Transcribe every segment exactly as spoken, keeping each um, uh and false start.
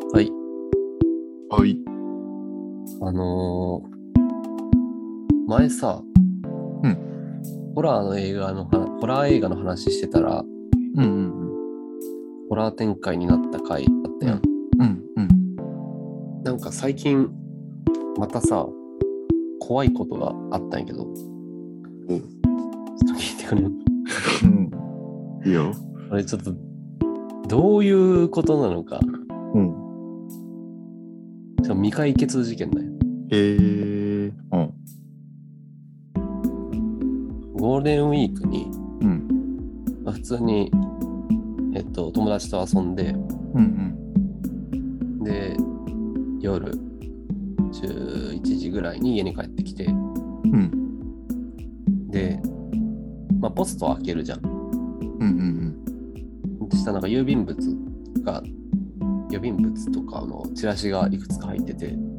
はい。 はい。 あのー前さ、 うん。 ホラーの映画の話、ホラー映画の話してたら、 うんうんホラー展開になった回あったうん。 やん。 うんうんなんか最近、またさ、怖いことがあったんやけど、ちょうん。 っと聞いてくれる？ うん。いいよ。 あれちょっと、どういうことなのか、 うん。 ちょっと未解決事件だよ。 えー。うん。 ゴールデンウィークに、 うん。 まあ、普通に、えっと、友達と遊んで、 うんで、夜じゅういちじぐらいに家に帰ってきて、 うん。うん。 で、まあ、ポストを開けるじゃん。 うんうんそしたらなんか郵便物が、郵便物とかのチラシがいくつか入ってて、 うん。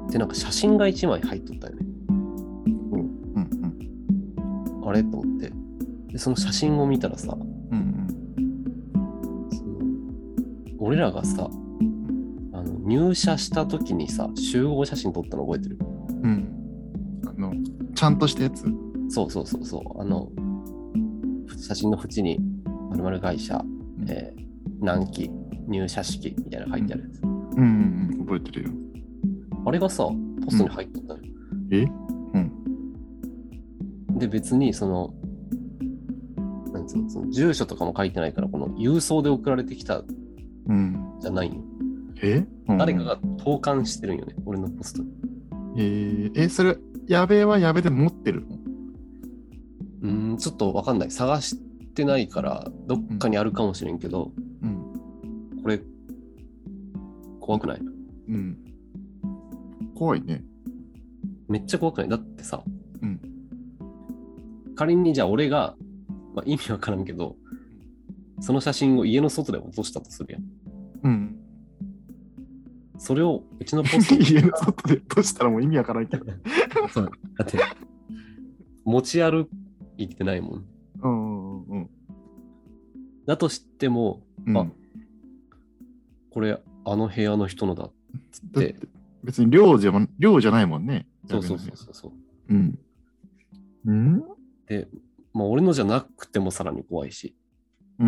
で、なんか写真がいちまい入っとったよね。 うんうんあれと思って。で、その写真を見たらさ、 うんその俺らがさ、あの入社した時にさ、集合写真撮ったの覚えてる？ うん。あの、ちゃんとしたやつ。 そうそうそうそう。あの、写真の縁に、〇〇会社、 うんえー何期、入社式みたいなの書いてあるやつ。 うんうん。覚えてるよ。 あれがさ、ポストに入っとったのよ。 えうん。 で、別にその、なんつうの、その住所とかも書いてないから、この郵送で送られてきたうん。 じゃないの。 えうん誰かが投函してるんよね、俺のポストに。 えー、え、それ、やべえはやべえで持ってるの？ うーん、ちょっとわかんない。探してないから、どっかにあるかもしれんけど、 うん。 これ、怖くない？ うん。怖いね。 めっちゃ怖くない？だってさ、 うん。 仮にじゃあ俺が、まあ、意味わからんけど、その写真を家の外で落としたとするやん。 うん。 それをうちのポストに家の外で落としたらもう意味わからんけど。 そう、だって持ち歩いてないもん。 うんうんうんだとしても、 うん。 あ、これあの部屋の人のだっつっだってて、 別に寮じゃ寮じゃないもんね。 そうそうやべの部屋。 そうそうそう。 うん。うんで、まあ俺のじゃなくてもさらに怖いし。 うん。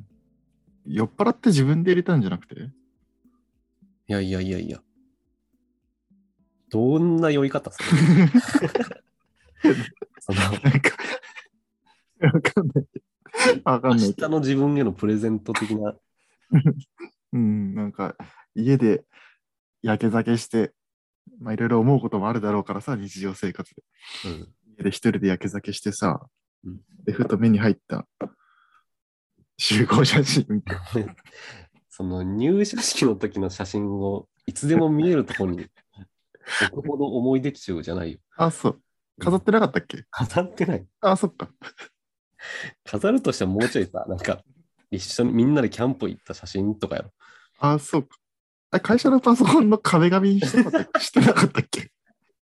酔っ払って自分で入れたんじゃなくて？ いやいやいやいや。どんな酔い方する？そのなんか、わかんない。わか明んないけど。 日の自分へのプレゼント的な。 うん、なんか、家でやけ酒して、まあいろいろ思うこともあるだろうからさ、日常生活で。 うん。 家で一人でやけ酒してさ、 うん、 で、ふと目に入った集合写真見て。 その入社式の時の写真をいつでも見えるところに置くほど思い出中じゃないよ。 あ、そう。 うん、 飾ってなかったっけ？ 飾ってない。 あ、そっか。 飾るとしてはもうちょいさ、なんか一緒にみんなでキャンプ行った写真とかやろ。 あ、そうか。あ会社のパソコンの壁紙にしてなかったっけ？してなかったっけ？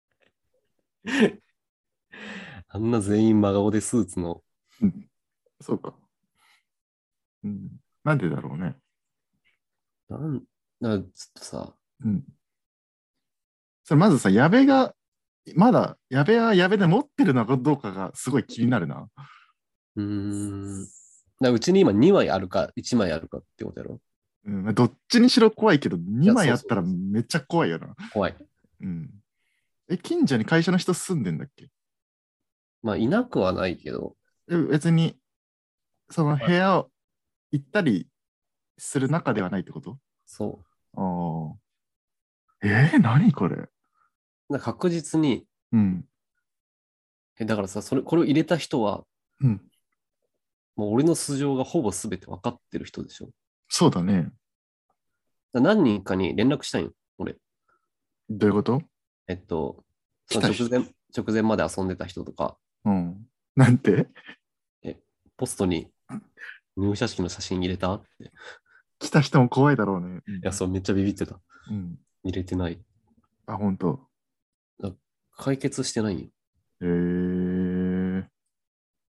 あんな全員真顔でスーツの。 うん。そうか。うん。なんでだろうね。 なん、なんかちょっとさ、 うん。それまずさ、矢部が、まだ、矢部は矢部で持ってるのかどうかがすごい気になるな。 うーん。だからうちに今にまいあるかいちまいあるかってことやろ。 うん。どっちにしろ怖いけど、 いや、 にまいあったらそうそうそう。 めっちゃ怖いよな。 怖い。 うん。え、近所に会社の人住んでんだっけ？ まあ、いなくはないけど、 え別に、その部屋を行ったりする中ではないってこと？ そああ。えー、何これ？ う。だから確実に、 うん。 え、だからさ、それ、これを入れた人は、 うん。 もう俺の素性がほぼ全て分かってる人でしょ。だかそうだね。 ら何人かに連絡したんよ、俺。 どういうこと？ えっと、そ来た人。 の直前、直前まで遊んでた人とか、 うん。なんて？ え、ポストに入社式の写真入れたって。い来た人も怖いだろうね。 や、そう、めっちゃビビってた。 うん。 入れてない。 あ、本当。 だ解決してないんよ。 えー、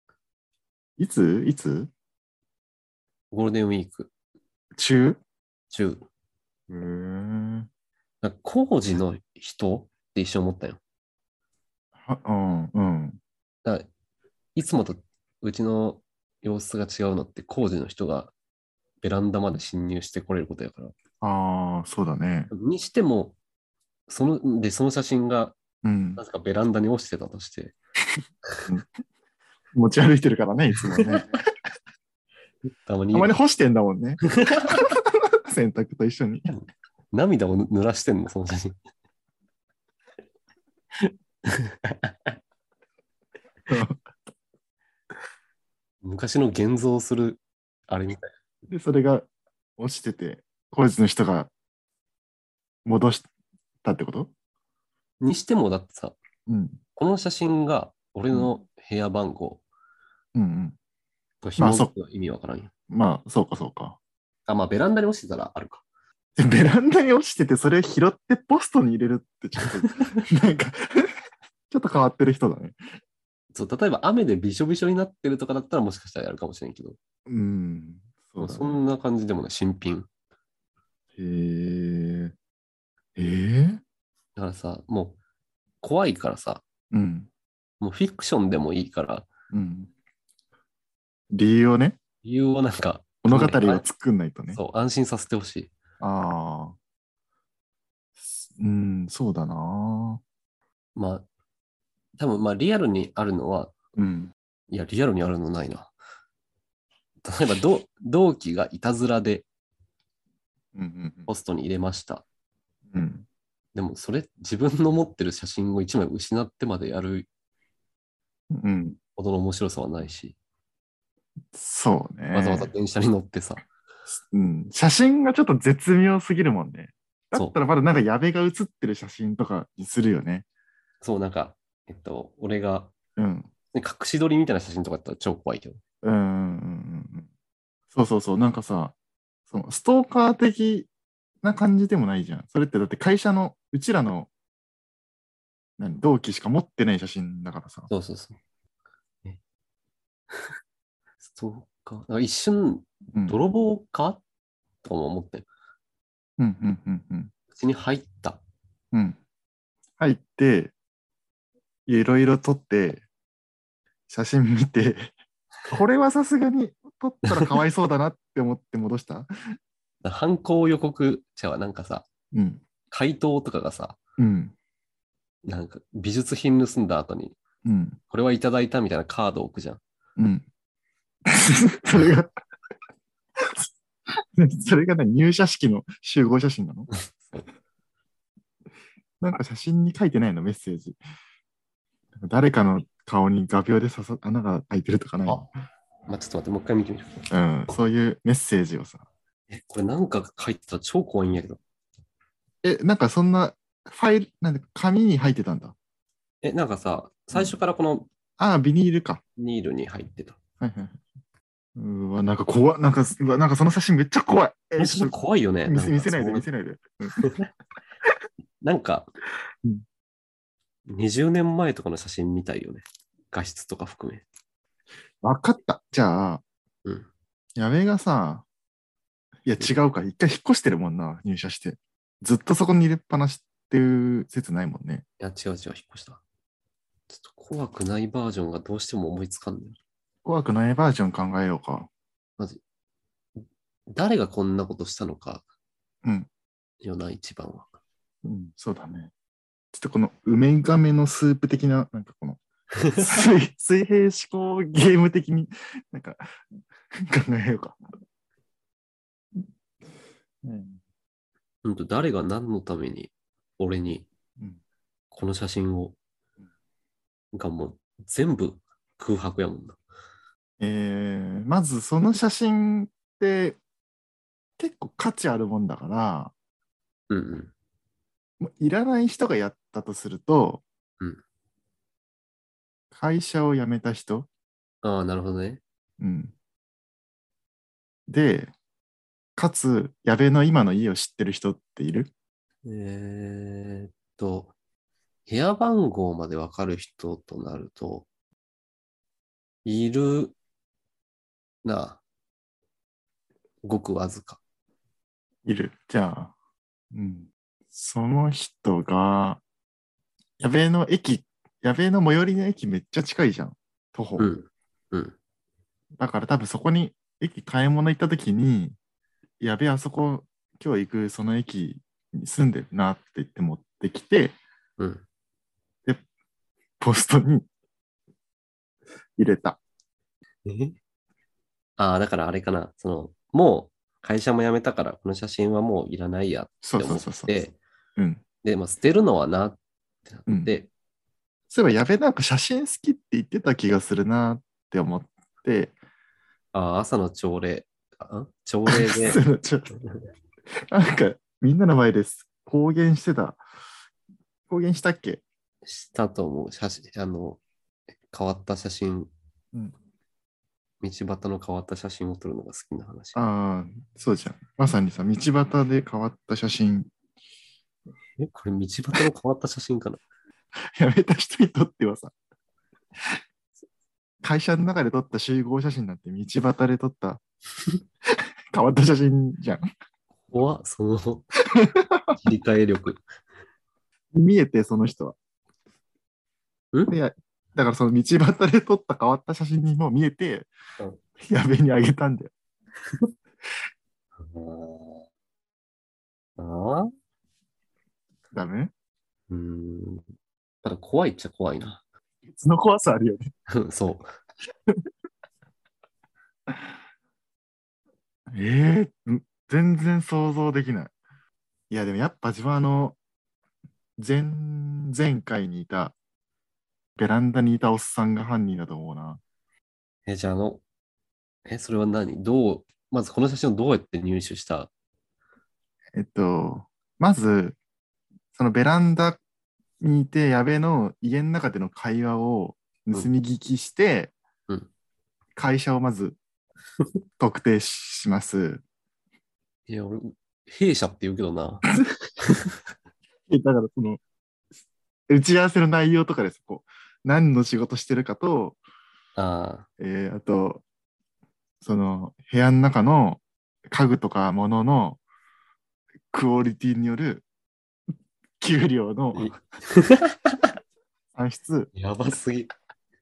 いついつゴールデンウィーク。 中中。 へー。 なんか工事の人って一瞬思ったよ。 は、うん、うん。 だからいつもとうちの様子が違うのって工事の人がベランダまで侵入してこれることやから。 ああ、そうだね。 にしても、その、で、その写真がうん。 なぜかベランダに落ちてたとして、 うん、持ち歩いてるからね、いつもね。 たまにたまに干してんだもんね。洗濯と一緒に。 涙を濡らしてんの、その写真。昔の現像するあれみたい。 で、それが落ちてて、工事の人が戻したってこと？ にしてもだってさ、 うん。 この写真が俺うん。 の部屋番号うんうん。 とまあ、そ、 紐づくのは意味わからんよ。 まあ、そうか、そうか。 あ、まあベランダに落ちてたらあるか。 でベランダに落ちてて、それを拾ってポストに入れるってちょっと、なんかちょっと変わってる人だね。 そう、例えば雨でびしょびしょになってるとかだったらもしかしたらやるかもしれんけど、 うん、そうだね。 そんな感じでもね、新品。 へえ。ええ。 だからさ、もう怖いからさ、 うん、 もうフィクションでもいいから、 うん。理由をね、 理由をなんか物語考えて、あを作んないとね。 そう、安心させてほしい。 ああ、うん、そうだな。 まあ、多分まあリアルにあるのは、 うん、 いや、リアルにあるのないな。例えば、同同期がいたずらでうん、 ポストに入れました。 うん、うん。 でも、それ、自分の持ってる写真を一枚失ってまでやるうん、 ほどの面白さはないし、 そうわざわざね。 電車に乗ってさ、 うん、写真がちょっと絶妙すぎるもんね。だっそたらまだなんか矢部が写ってる写真とかにするよね。 う、そう、なんか、えっと、俺が、 うん。 ね隠し撮りみたいな写真とかだったら超怖いけど。 うんうんうんうん。そうそうそう。なんかさ、そのストーカー的な感じでもないじゃん。それってだって会社の、うちらの何同期しか持ってない写真だからさ。 そうそうそう。えそうか。だから一瞬、 うん。 泥棒かとかも思って、 うん、うん、うん、うん。 口に入った。 うん。入って、いろいろ撮って、写真見て、これはさすがに撮ったらかわいそうだなって思って戻した。 犯行予告者はなんかさ、 うん。 怪盗とかがさ、 うん。 なんか美術品盗んだ後に、 うん。 これはいただいたみたいなカードを置くじゃん。 うん。それが、それがね、入社式の集合写真なの？なんか写真に書いてないの、メッセージ。誰かの顔に画鋲で刺さ穴が開いてるとかないの？ あ、まあ、ちょっと待って、もう一回見てみる。 うん、そういうメッセージをさ。 え、これなんか書いてたら超怖いんやけど。 え、なんかそんなファイル、なんで紙に入ってたんだ。 え、なんかさ、最初うん。 からこのああ、ビニールか。 ニールに入ってた。 はいはい。うわ、なんか怖い。なんか、うわなんかその写真めっちゃ怖い。えー、 この写真ちょっと怖いよね。 見せ、 なん見せないで、見かそう、 せないで。うん。 なんかうん。 にじゅうねんまえとかの写真みたいよね。画質とか含め。 わかった。じゃあ、 うん。 矢部がさ、いや違うか。一回引っ越してるもんな、入社して。ずっとそこに入れっぱなしっていう説ないもんね。 いや、違う違う、引っ越した。ちょっと怖くないバージョンがどうしても思いつかんねん。 怖くないバージョン考えようか。 まず、誰がこんなことしたのかうん。 よな、一番は。 うん、そうだね。ちょっとこのウメガメのスープ的な、なんかこの水水平思考ゲーム的になんか考えようか。うん。 ほんと誰が何のために俺にうん。 この写真をがもう全部空白やもんな。 えー、まずその写真って結構価値あるもんだから、 うんうん。 もういらない人がやったとすると、 うん。 会社を辞めた人、 ああ、なるほどね。 うん、で、かつ、矢部の今の家を知ってる人っている？ えーっと、部屋番号までわかる人となると、いるな、ごくわずか。 いる。じゃあ、うん。その人が、矢部の駅、矢部の最寄りの駅めっちゃ近いじゃん。徒歩。 うん。うん。 だから多分そこに駅買い物行った時に、矢部あそこ今日行くその駅に住んでるなって言って持ってきて、 うん。 で、ポストに入れた。 えああ、だからあれかな。その、もう会社も辞めたから、この写真はもういらないやっそうて思っそうそうそう。 て、 うん。 で、まあ、捨てるのはなってなっうん。 て、 そういえば矢部なんか写真好きって言ってた気がするなって思って、 ああ、朝の朝礼、あ朝礼で、 そのちょなんかみんなの前です。公言してた。公言したっけ？ したと思う。写真、あの、変わった写真、 うん。 道端の変わった写真を撮るのが好きな話。 ああ、そうじゃん。まさにさ、道端で変わった写真、 え、これ道端の変わった写真かな？ やめた人にとってはさ、会社の中で撮った集合写真なんて道端で撮った変わった写真じゃん。 怖っ、その切り替え力。 見えて、その人は。 んいや、だからその道端で撮った変わった写真にも見えて、 うんやべにあげたんだよ。 ああ、 ダメ？ うーん。ただ怖いっちゃ怖いな。 別の怖さあるよね。 そう。 ええー、全然想像できない。いや、でもやっぱ自分はあの、前、前回にいた、ベランダにいたおっさんが犯人だと思うな。 え、じゃあ、あの、え、それは何どう、まずこの写真をどうやって入手した？ えっと、まず、そのベランダにいて、矢部の家の中での会話を盗うん。 み聞きして、 うん。 会社をまず特定します。 いや、俺、弊社って言うけどな。 えだからその、打ち合わせの内容とかです。こう、何の仕事してるかと、 ああ、 えーあと、その、部屋の中の家具とか物のクオリティによる給料のえ、 算出。 やばすぎ。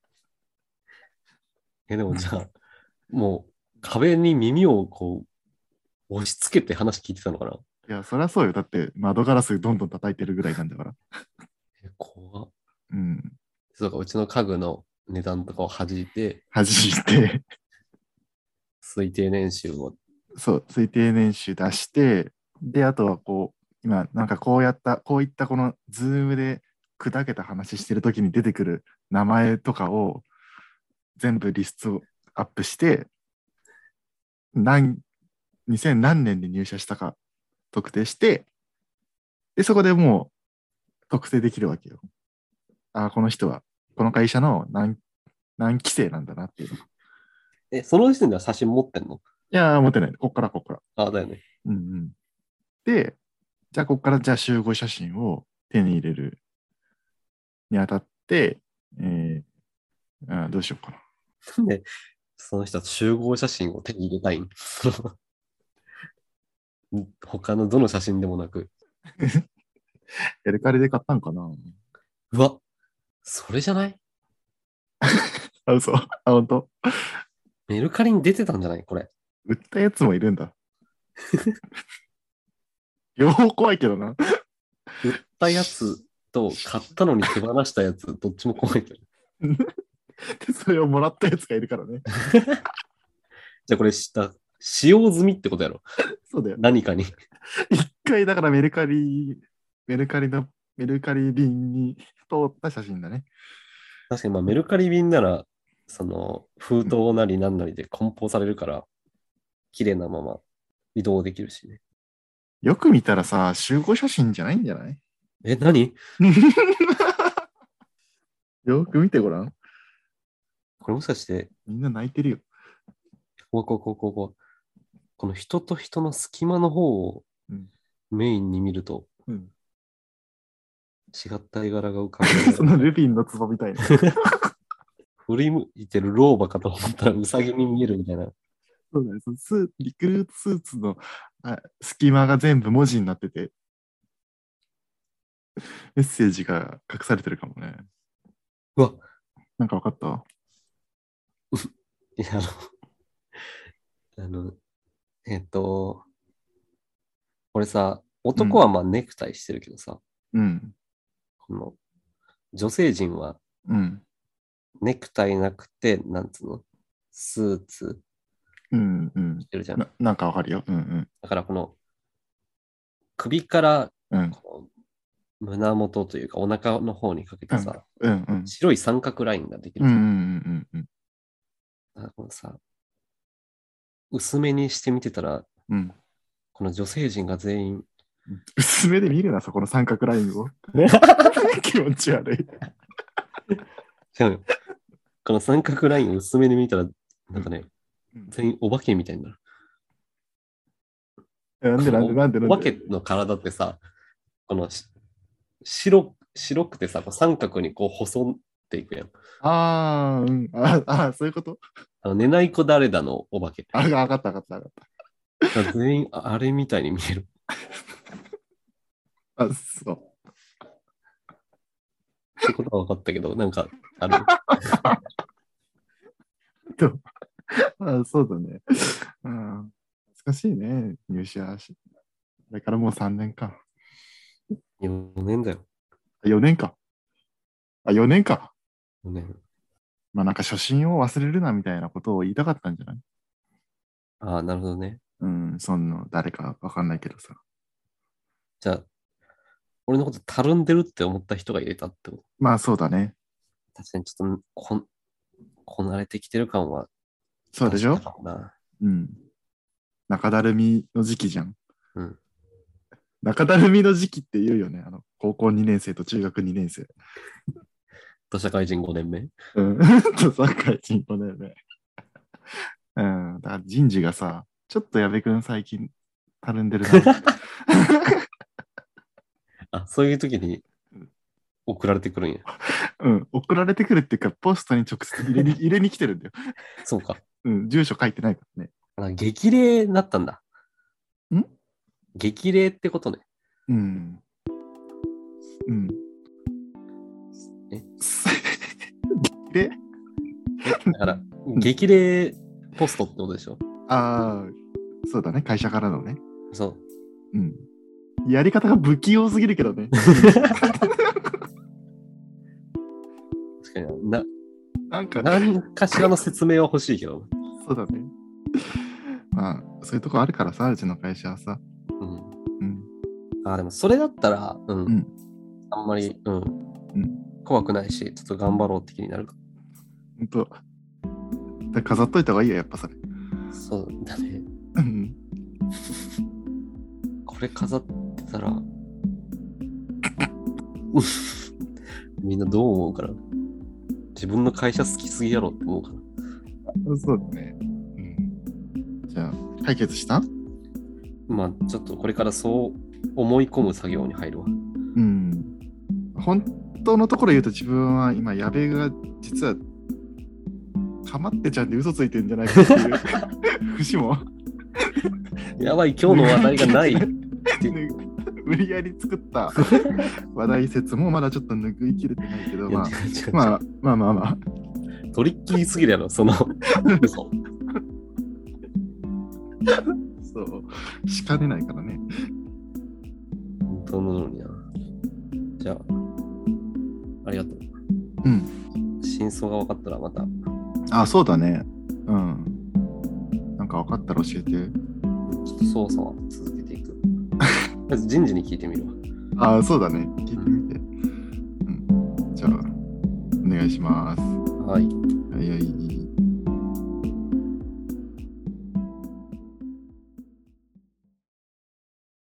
え、でもじゃあ、もう壁に耳をこう押し付けて話聞いてたのかな？ いや、そりゃそうよ。だって窓ガラスどんどん叩いてるぐらいなんだから。 え、怖っ。 うん。 そうか、うちの家具の値段とかを弾いて、 弾いて、 推定年収を、 そう、推定年収出して、で、あとはこう、今、なんかこうやった、こういったこのズームで砕けた話してるときに出てくる名前とかを全部リストアップして、何、にせん何年に入社したか特定して、で、そこでもう特定できるわけよ。ああ、この人は、この会社の何、何期生なんだなっていうの。いえ、その時点では写真持ってんの？ やー、持ってない。こっからこっから。 あ、だよね。 うんうん。で、じゃあこっからじゃあ集合写真を手に入れるにあたって、えー、あどうしようかな。 なんで、その人は集合写真を手に入れたいん？他のどの写真でもなく。 エルカリで買ったんかな。 うわ、それじゃない？ あ、嘘。あ、本当。 メルカリに出てたんじゃないこれ？ 売ったやつもいるんだ。両方怖いけどな。 売ったやつと買ったのに手放したやつ、どっちも怖いけど。 で、それをもらったやつがいるからね。 じゃあこれした、使用済みってことやろ？ そうだよ。 何かに。 一回だからメルカリ、メルカリの、メルカリ便に通った写真だね。 確かにまあメルカリ便なら、その封筒なりなんなりで梱包されるから、綺麗なまま移動できるしね。 よく見たらさ、集合写真じゃないんじゃない？ え、何よく見てごらん。 これもしかして、 みんな泣いてるよ。 こうこうこうこうこう、この人と人の隙間の方をうん。 メインに見ると、 うん、 違った絵柄が浮かびそのルビンの壺みたいな。 振り向いてる老婆かと思ったらウサギに見えるみたいな。 そうだね。そのスーリクルートスーツのあ隙間が全部文字になってて、メッセージが隠されてるかもね。 うわ、 なんかわかった？ いや、あの、あの、えっと、これさ、男はまあネクタイしてるけどさ、 うん。 この女性陣はうん。 ネクタイなくて、なんつうの、スーツうん。うん。 してるじゃん。 ななんかわかるよ。うん。 だからこの首からうん。うん。 こう胸元というかお腹の方にかけてさ、 うん。うん。 白い三角ラインができうん。うるじゃん。 ん。うん。 だからこのさ、薄めにしてみてたら、 うん。 この女性陣が全員、 薄めで見るな、そこの三角ラインを。気持ち悪い。 違うよ。この三角ラインを薄めで見たら、なんかね、 うん全員お化けみたいになる。 なんでなんでなんでなんお化けで。 の体ってさ、このし白白くてさ、こう三角にこう細っていくやん。 あー、うん。ああ、そういうこと。 あの寝ない子誰だのお化け。 あ、わかったわかったわかっだから全員ああれみたいに見える。 た。あ、そう。 ってことは分かったけど、なんかある。 あ、そうだね。うん。難しいね、入社し。あれからもうさんねんか。 よねんだよ。 よねんか。あ、よねんか。 よねん。 まあなんか初心を忘れるなみたいなことを言いたかったんじゃない？ ああ、なるほどね。 うん、そんな誰かわかんないけどさ。 じゃあ、俺のことたるんでるって思った人が入れたってこと。 まあそうだね。 確かにちょっとこん、こなれてきてる感はそうでしょ？ 出したかもな。 うん。中だるみの時期じゃん。 うん。 中だるみの時期って言うよね。あの、高校にねん生と中学にねん生。 と社会人ごねんめ。 うん。と、社会人ごねんめ。うん。だから人事がさ、ちょっと矢部くん最近たるんでるな。 あ、そういう時に送られてくるんや。 うん。送られてくるっていうか、ポストに直接入れに入れに来てるんだよ。 そうか。 うん。住所書いてないからね。 あ、激励になったんだ。 ん激励ってことね。 うん。うん。 えで、 だから、激励ポストってことでしょ。 ああ、そうだね。会社からのね。 そう。 うん。やり方が不器用すぎるけどね。 確かにな。 なんか、 何かしらの説明は欲しいけど。 そうだね。まあ、そういうとこあるからさ、うちの会社はさ。 うん。 うん。 あ、でもそれだったら、うん。 うん、 あんまり、うん。 うん、 怖くないし、ちょっと頑張ろうって気になるか。 ほんと。だ飾っといた方がいいよ、やっぱそれ。 そうだね。 うん。 これ飾ってたら、みんなどう思うかな。自分の会社好きすぎやろって思うかな。 そうだね。うん。じゃあ、解決した？ まあ、ちょっとこれからそう思い込む作業に入るわ。 うん。本当のところ言うと自分は今、矢部が実は、かまってちゃんで嘘ついてんじゃないかっていう節も。 やばい、今日の話題がない。 無理やり作った話題説もまだちょっと拭いきれてないけど、まあ、 違う違うまあまあまあまあ。 トリッキーすぎるやろ、その嘘。 そう、しかねないからね。 本当なのにな。じゃあ、ありがとう。 うん。 真相が分かったらまた。 あ、そうだね。うん。なんか分かったら教えて。 ちょっと捜査は続けていく。まず人事に聞いてみるわ。あ、そうだね。聞いてみて。うん。じゃあ、お願いします。 わ。はい。 はいはい。